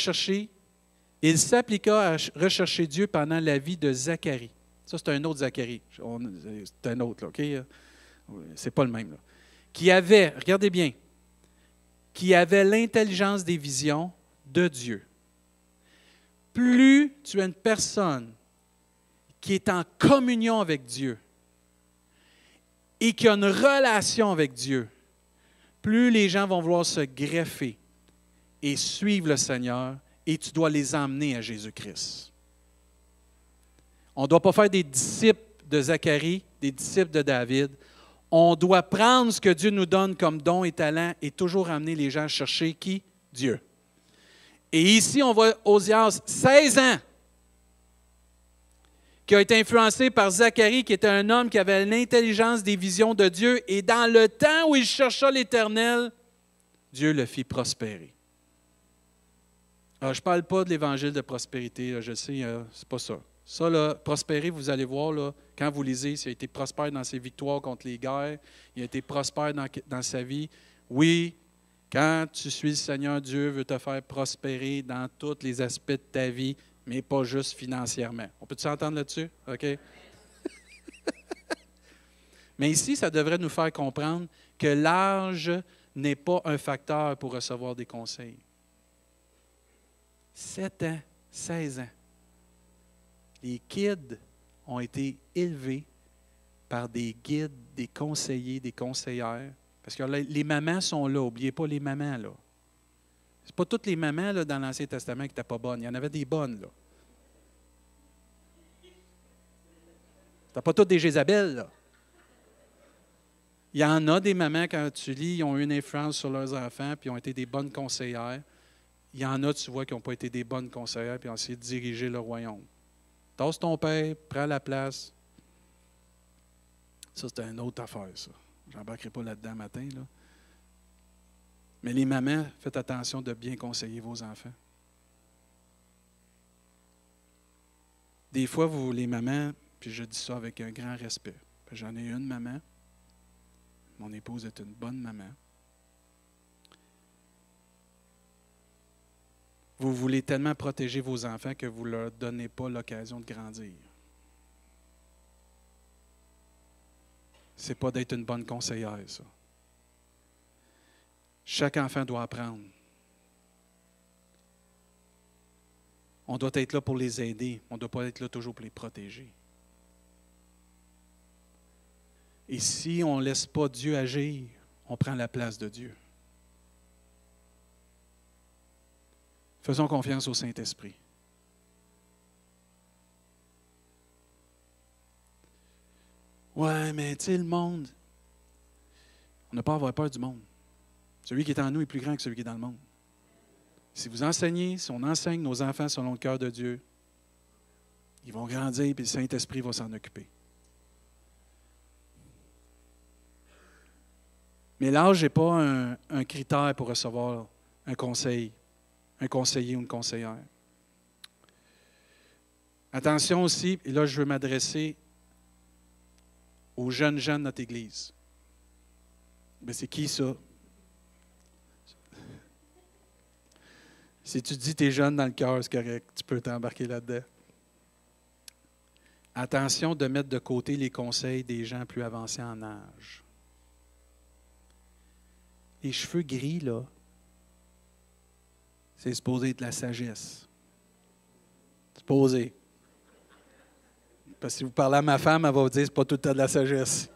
[SPEAKER 1] à rechercher Dieu pendant la vie de Zacharie. Ça, c'est un autre Zacharie. C'est un autre, là, OK? C'est pas le même, là. Qui avait, regardez bien, qui avait l'intelligence des visions de Dieu. Plus tu es une personne qui est en communion avec Dieu et qui a une relation avec Dieu, plus les gens vont vouloir se greffer et suivre le Seigneur, et tu dois les emmener à Jésus-Christ. On ne doit pas faire des disciples de Zacharie, des disciples de David. On doit prendre ce que Dieu nous donne comme don et talent et toujours amener les gens à chercher qui? Dieu. Et ici, on voit Osias, 16 ans, qui a été influencé par Zacharie, qui était un homme qui avait l'intelligence des visions de Dieu. Et dans le temps où il chercha l'Éternel, Dieu le fit prospérer. Alors, je ne parle pas de l'évangile de prospérité, là, je sais, c'est pas ça. Ça, là, prospérer, vous allez voir, là, quand vous lisez, il a été prospère dans ses victoires contre les guerres, il a été prospère dans sa vie. Oui, quand tu suis le Seigneur, Dieu veut te faire prospérer dans tous les aspects de ta vie, mais pas juste financièrement. On peut s'entendre là-dessus? OK? Mais ici, ça devrait nous faire comprendre que l'âge n'est pas un facteur pour recevoir des conseils. 7 ans, 16 ans. Les kids ont été élevés par des guides, des conseillers, des conseillères. Parce que les mamans sont là. N'oubliez pas les mamans, là. Ce pas toutes les mamans là, dans l'Ancien Testament qui n'étaient pas bonnes. Il y en avait des bonnes, là. Ce pas toutes des Jézabel, là. Il y en a des mamans, quand tu lis, ils ont eu une influence sur leurs enfants, puis ont été des bonnes conseillères. Il y en a, tu vois, qui n'ont pas été des bonnes conseillères, puis ont essayé de diriger le royaume. Tasse ton père, prends la place. Ça, c'est une autre affaire, ça. Je n'embarquerai pas là-dedans matin, là. Mais les mamans, faites attention de bien conseiller vos enfants. Des fois, vous, les mamans, puis je dis ça avec un grand respect. J'en ai une maman. Mon épouse est une bonne maman. Vous voulez tellement protéger vos enfants que vous ne leur donnez pas l'occasion de grandir. Ce n'est pas d'être une bonne conseillère, ça. Chaque enfant doit apprendre. On doit être là pour les aider. On ne doit pas être là toujours pour les protéger. Et si on ne laisse pas Dieu agir, on prend la place de Dieu. Faisons confiance au Saint-Esprit. Ouais, mais tu sais, le monde, on n'a pas à avoir peur du monde. Celui qui est en nous est plus grand que celui qui est dans le monde. Si vous enseignez, si on enseigne nos enfants selon le cœur de Dieu, ils vont grandir et le Saint-Esprit va s'en occuper. Mais l'âge n'est pas un critère pour recevoir un conseiller ou une conseillère. Attention aussi, et là je veux m'adresser aux jeunes gens de notre Église. Mais c'est qui ça? Si tu dis que tu es jeune dans le cœur, c'est correct, tu peux t'embarquer là-dedans. Attention de mettre de côté les conseils des gens plus avancés en âge. Les cheveux gris, là, c'est supposé être la sagesse. C'est supposé. Parce que si vous parlez à ma femme, elle va vous dire que ce n'est pas tout le temps de la sagesse.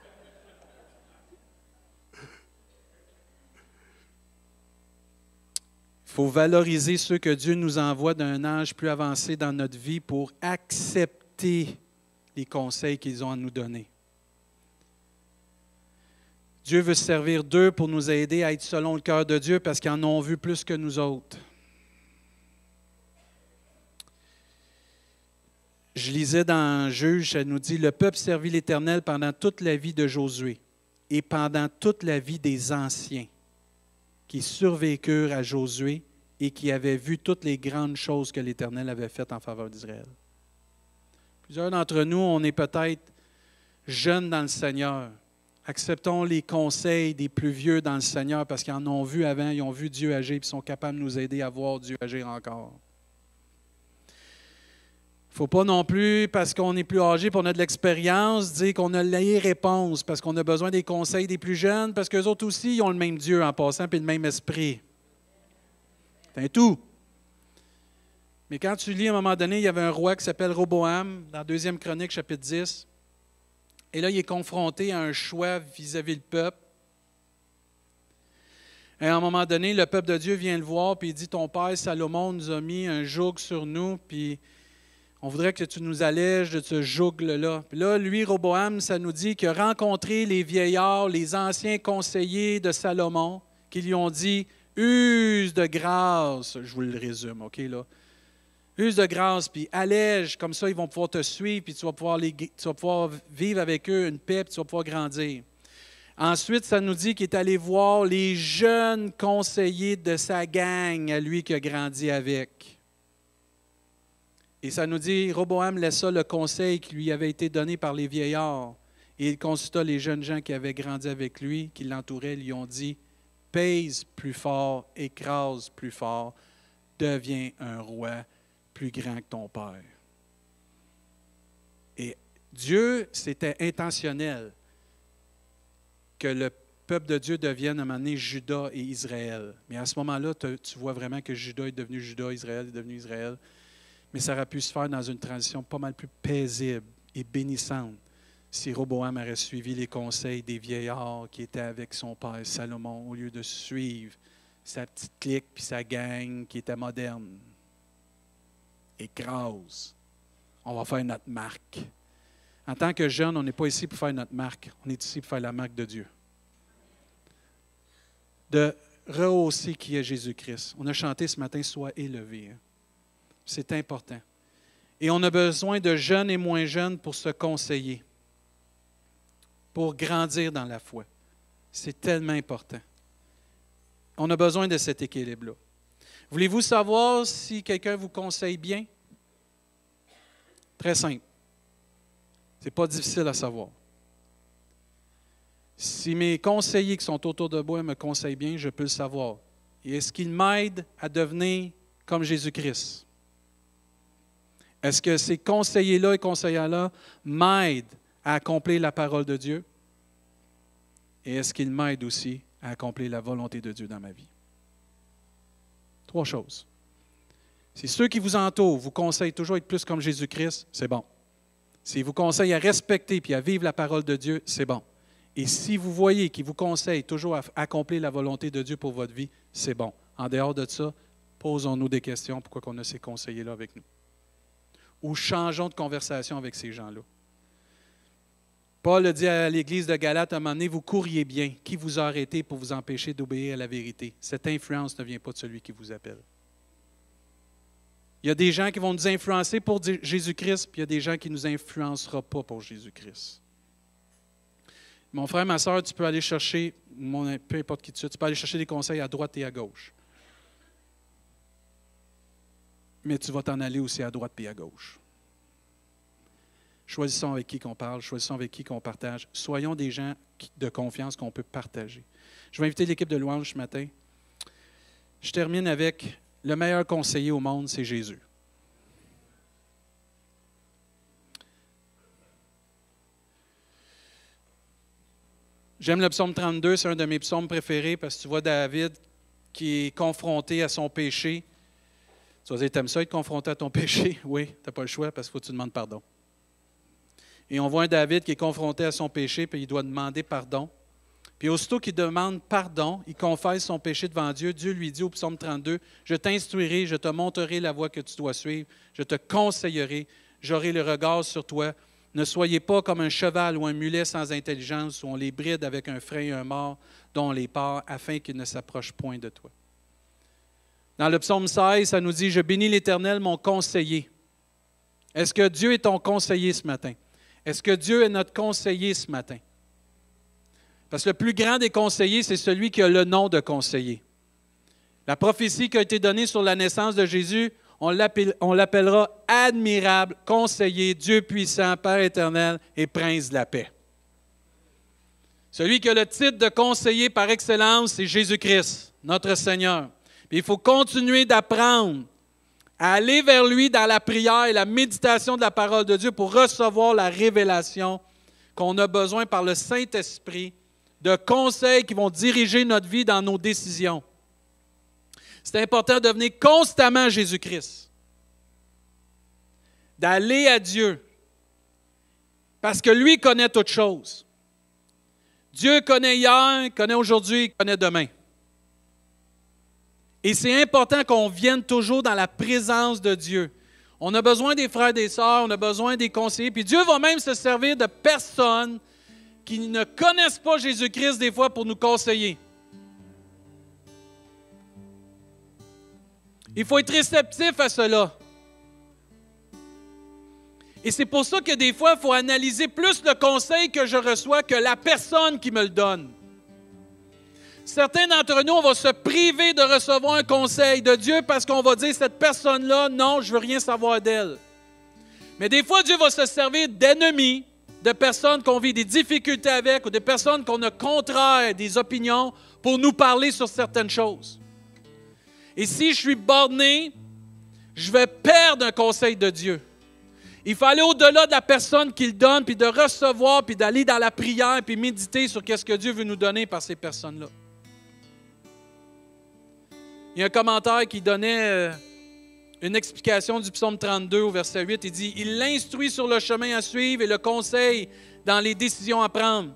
[SPEAKER 1] Il faut valoriser ceux que Dieu nous envoie d'un âge plus avancé dans notre vie pour accepter les conseils qu'ils ont à nous donner. Dieu veut se servir d'eux pour nous aider à être selon le cœur de Dieu parce qu'ils en ont vu plus que nous autres. Je lisais dans Juge, ça nous dit « Le peuple servit l'Éternel pendant toute la vie de Josué et pendant toute la vie des anciens qui survécurent à Josué et qui avaient vu toutes les grandes choses que l'Éternel avait faites en faveur d'Israël. » Plusieurs d'entre nous, on est peut-être jeunes dans le Seigneur. Acceptons les conseils des plus vieux dans le Seigneur parce qu'ils en ont vu avant, ils ont vu Dieu agir et ils sont capables de nous aider à voir Dieu agir encore. Il ne faut pas non plus, parce qu'on est plus âgé et on a de l'expérience, dire qu'on a les réponses parce qu'on a besoin des conseils des plus jeunes, parce qu'eux autres aussi, ils ont le même Dieu en passant et le même esprit. C'est tout. Mais quand tu lis, à un moment donné, il y avait un roi qui s'appelle Roboam, dans 2 Chronique, chapitre 10. Et là, il est confronté à un choix vis-à-vis le peuple. Et à un moment donné, le peuple de Dieu vient le voir, puis il dit, « Ton père Salomon nous a mis un joug sur nous, puis on voudrait que tu nous allèges de ce joug-là. » Puis là, lui, Roboam, ça nous dit qu'il a rencontré les vieillards, les anciens conseillers de Salomon, qui lui ont dit, « Use de grâce. » Je vous le résume, OK, là. Use de grâce, puis allège, comme ça, ils vont pouvoir te suivre, puis tu vas pouvoir vivre avec eux une paix, puis tu vas pouvoir grandir. Ensuite, ça nous dit qu'il est allé voir les jeunes conseillers de sa gang, à lui qui a grandi avec. Et ça nous dit, Roboam laissa le conseil qui lui avait été donné par les vieillards. Et il consulta les jeunes gens qui avaient grandi avec lui, qui l'entouraient, lui ont dit, « Pèse plus fort, écrase plus fort, deviens un roi plus grand que ton père. » Et Dieu, c'était intentionnel que le peuple de Dieu devienne à un moment donné Juda et Israël. Mais à ce moment-là, tu vois vraiment que Juda est devenu Juda, Israël est devenu Israël. Mais ça aurait pu se faire dans une transition pas mal plus paisible et bénissante si Roboam aurait suivi les conseils des vieillards qui étaient avec son père Salomon au lieu de suivre sa petite clique puis sa gang qui était moderne. Écrase. On va faire notre marque. En tant que jeune, on n'est pas ici pour faire notre marque. On est ici pour faire la marque de Dieu. De rehausser qui est Jésus-Christ. On a chanté ce matin, « Sois élevé ». C'est important. Et on a besoin de jeunes et moins jeunes pour se conseiller, pour grandir dans la foi. C'est tellement important. On a besoin de cet équilibre-là. Voulez-vous savoir si quelqu'un vous conseille bien? Très simple. Ce n'est pas difficile à savoir. Si mes conseillers qui sont autour de moi me conseillent bien, je peux le savoir. Et est-ce qu'ils m'aident à devenir comme Jésus-Christ? Est-ce que ces conseillers-là et conseillères-là m'aident à accomplir la parole de Dieu? Et est-ce qu'ils m'aident aussi à accomplir la volonté de Dieu dans ma vie? 3 choses. Si ceux qui vous entourent vous conseillent toujours à être plus comme Jésus-Christ, c'est bon. S'ils vous conseillent à respecter et à vivre la parole de Dieu, c'est bon. Et si vous voyez qu'ils vous conseillent toujours à accomplir la volonté de Dieu pour votre vie, c'est bon. En dehors de ça, posons-nous des questions. Pourquoi on a ces conseillers-là avec nous? Ou changeons de conversation avec ces gens-là. Paul a dit à l'église de Galate, à un moment donné, vous courriez bien. Qui vous a arrêté pour vous empêcher d'obéir à la vérité? Cette influence ne vient pas de celui qui vous appelle. Il y a des gens qui vont nous influencer pour Jésus-Christ, puis il y a des gens qui ne nous influenceront pas pour Jésus-Christ. Mon frère, ma soeur, tu peux aller chercher, peu importe qui tu es, tu peux aller chercher des conseils à droite et à gauche. Mais tu vas t'en aller aussi à droite et à gauche. Choisissons avec qui qu'on parle, choisissons avec qui qu'on partage. Soyons des gens de confiance qu'on peut partager. Je vais inviter l'équipe de louange ce matin. Je termine avec le meilleur conseiller au monde, c'est Jésus. J'aime le psaume 32, c'est un de mes psaumes préférés parce que tu vois David qui est confronté à son péché. Tu vas dire, t'aimes ça être confronté à ton péché? Oui, tu n'as pas le choix parce qu'il faut que tu demandes pardon. Et on voit un David qui est confronté à son péché, puis il doit demander pardon. Puis aussitôt qu'il demande pardon, il confesse son péché devant Dieu. Dieu lui dit au psaume 32, « Je t'instruirai, je te montrerai la voie que tu dois suivre, je te conseillerai, j'aurai le regard sur toi. Ne soyez pas comme un cheval ou un mulet sans intelligence, où on les bride avec un frein et un mors dont on les part, afin qu'ils ne s'approchent point de toi. » Dans le psaume 16, ça nous dit, « Je bénis l'Éternel, mon conseiller. » Est-ce que Dieu est ton conseiller ce matin? Est-ce que Dieu est notre conseiller ce matin? Parce que le plus grand des conseillers, c'est celui qui a le nom de conseiller. La prophétie qui a été donnée sur la naissance de Jésus, on l'appellera admirable, conseiller, Dieu puissant, Père éternel et prince de la paix. Celui qui a le titre de conseiller par excellence, c'est Jésus-Christ, notre Seigneur. Puis il faut continuer d'apprendre à aller vers lui dans la prière et la méditation de la parole de Dieu pour recevoir la révélation qu'on a besoin par le Saint-Esprit, de conseils qui vont diriger notre vie dans nos décisions. C'est important de venir constamment à Jésus-Christ, d'aller à Dieu, parce que lui connaît toutes choses. Dieu connaît hier, connaît aujourd'hui, connaît demain. Et c'est important qu'on vienne toujours dans la présence de Dieu. On a besoin des frères et des sœurs, on a besoin des conseillers, puis Dieu va même se servir de personnes qui ne connaissent pas Jésus-Christ des fois pour nous conseiller. Il faut être réceptif à cela. Et c'est pour ça que des fois, il faut analyser plus le conseil que je reçois que la personne qui me le donne. Certains d'entre nous, on va se priver de recevoir un conseil de Dieu parce qu'on va dire, cette personne-là, non, je ne veux rien savoir d'elle. Mais des fois, Dieu va se servir d'ennemis, de personnes qu'on vit des difficultés avec ou des personnes qu'on a contraires des opinions pour nous parler sur certaines choses. Et si je suis borné, je vais perdre un conseil de Dieu. Il faut aller au-delà de la personne qu'il donne, puis de recevoir, puis d'aller dans la prière, puis méditer sur ce que Dieu veut nous donner par ces personnes-là. Il y a un commentaire qui donnait une explication du psaume 32 au verset 8. Il dit « Il l'instruit sur le chemin à suivre et le conseille dans les décisions à prendre.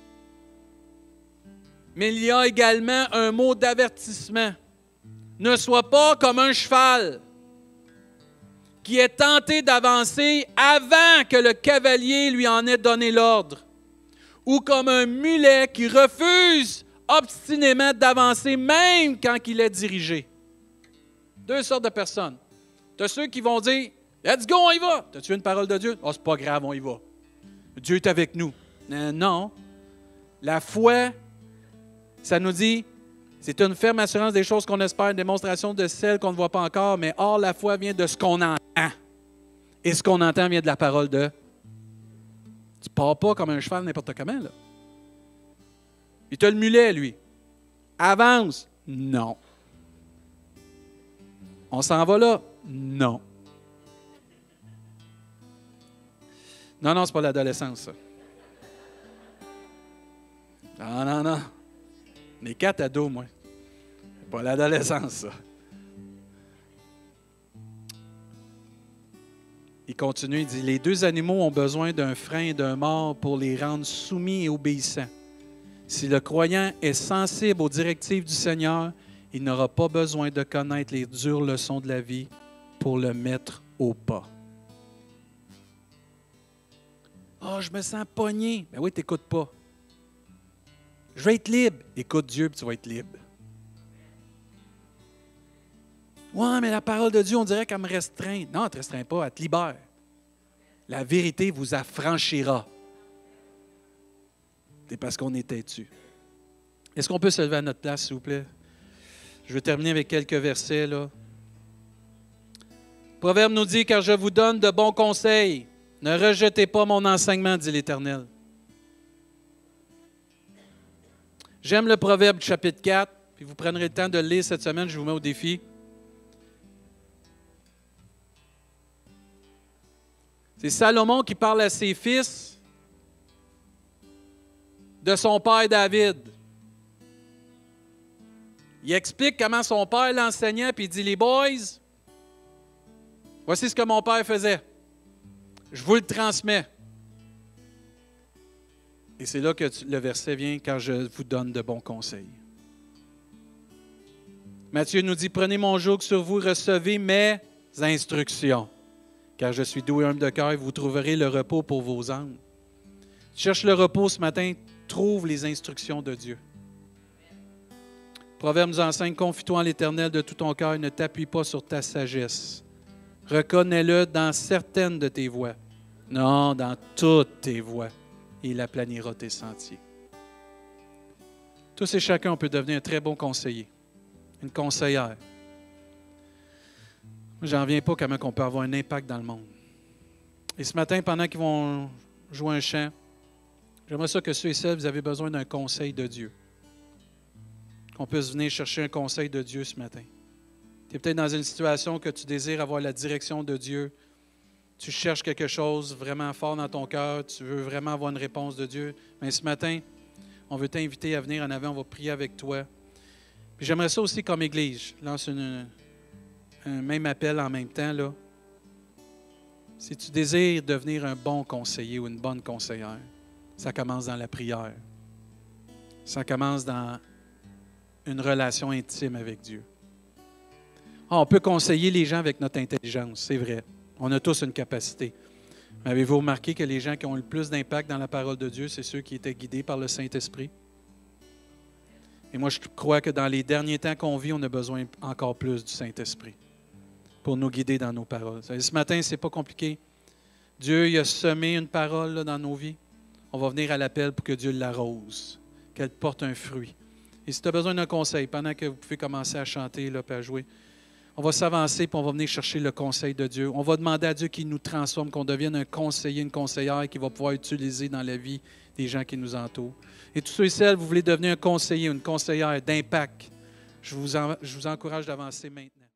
[SPEAKER 1] Mais il y a également un mot d'avertissement. Ne sois pas comme un cheval qui est tenté d'avancer avant que le cavalier lui en ait donné l'ordre, ou comme un mulet qui refuse obstinément d'avancer même quand il est dirigé. » Deux sortes de personnes. Tu as ceux qui vont dire « Let's go, on y va! » T'as-tu une parole de Dieu? « Oh, c'est pas grave, on y va. Dieu est avec nous. » Non. La foi, ça nous dit, c'est une ferme assurance des choses qu'on espère, une démonstration de celles qu'on ne voit pas encore, mais or, la foi vient de ce qu'on entend. Et ce qu'on entend vient de la parole de... Tu ne pars pas comme un cheval n'importe comment, là. Il t'a le mulet, lui. Avance. Non. On s'en va là. Non. Non, c'est pas l'adolescence, ça. Non. Les 4 ados, moi. C'est pas l'adolescence, ça. Il continue, il dit, « Les deux animaux ont besoin d'un frein et d'un mors pour les rendre soumis et obéissants. Si le croyant est sensible aux directives du Seigneur, il n'aura pas besoin de connaître les dures leçons de la vie pour le mettre au pas. » Ah, je me sens pogné. Ben oui, tu n'écoutes pas. Je vais être libre. Écoute Dieu, puis tu vas être libre. Ouais, mais la parole de Dieu, on dirait qu'elle me restreint. Non, elle ne te restreint pas, elle te libère. La vérité vous affranchira. C'est parce qu'on est têtu. Est-ce qu'on peut se lever à notre place, s'il vous plaît? Je vais terminer avec quelques versets, là. Le Proverbe nous dit, « Car je vous donne de bons conseils. Ne rejetez pas mon enseignement, dit l'Éternel. » J'aime le Proverbe chapitre 4, puis vous prendrez le temps de le lire cette semaine, je vous mets au défi. C'est Salomon qui parle à ses fils de son père David. Il explique comment son père l'enseignait, puis il dit, « Les boys, voici ce que mon père faisait. Je vous le transmets. » Et c'est là que le verset vient, « Car je vous donne de bons conseils. » Matthieu nous dit, « Prenez mon joug sur vous, recevez mes instructions. Car je suis doux et humble de cœur, et vous trouverez le repos pour vos âmes. » Tu cherches le repos ce matin, trouve les instructions de Dieu. Proverbe nous enseigne, « Confie-toi en l'Éternel de tout ton cœur et ne t'appuie pas sur ta sagesse. Reconnais-le dans certaines de tes voies. Non, dans toutes tes voies. Et il aplanira tes sentiers. » Tous et chacun, on peut devenir un très bon conseiller, une conseillère. Moi, j'en reviens pas comment on peut avoir un impact dans le monde. Et ce matin, pendant qu'ils vont jouer un chant, j'aimerais ça que ceux et celles, vous avez besoin d'un conseil de Dieu. Qu'on puisse venir chercher un conseil de Dieu ce matin. Tu es peut-être dans une situation que tu désires avoir la direction de Dieu. Tu cherches quelque chose vraiment fort dans ton cœur. Tu veux vraiment avoir une réponse de Dieu. Mais ce matin, on veut t'inviter à venir en avant. On va prier avec toi. Puis j'aimerais ça aussi comme Église. Je lance un même appel en même temps, là. Si tu désires devenir un bon conseiller ou une bonne conseillère, ça commence dans la prière. Ça commence dans une relation intime avec Dieu. On peut conseiller les gens avec notre intelligence, c'est vrai. On a tous une capacité. Mais avez-vous remarqué que les gens qui ont le plus d'impact dans la parole de Dieu, c'est ceux qui étaient guidés par le Saint-Esprit? Et moi, je crois que dans les derniers temps qu'on vit, on a besoin encore plus du Saint-Esprit pour nous guider dans nos paroles. Ce matin, ce n'est pas compliqué. Dieu il a semé une parole là, dans nos vies. On va venir à l'appel pour que Dieu l'arrose, qu'elle porte un fruit. Et si tu as besoin d'un conseil, pendant que vous pouvez commencer à chanter là, et à jouer, on va s'avancer et on va venir chercher le conseil de Dieu. On va demander à Dieu qu'il nous transforme, qu'on devienne un conseiller, une conseillère qui va pouvoir utiliser dans la vie des gens qui nous entourent. Et tous ceux et celles, vous voulez devenir un conseiller, une conseillère d'impact, je vous encourage d'avancer maintenant.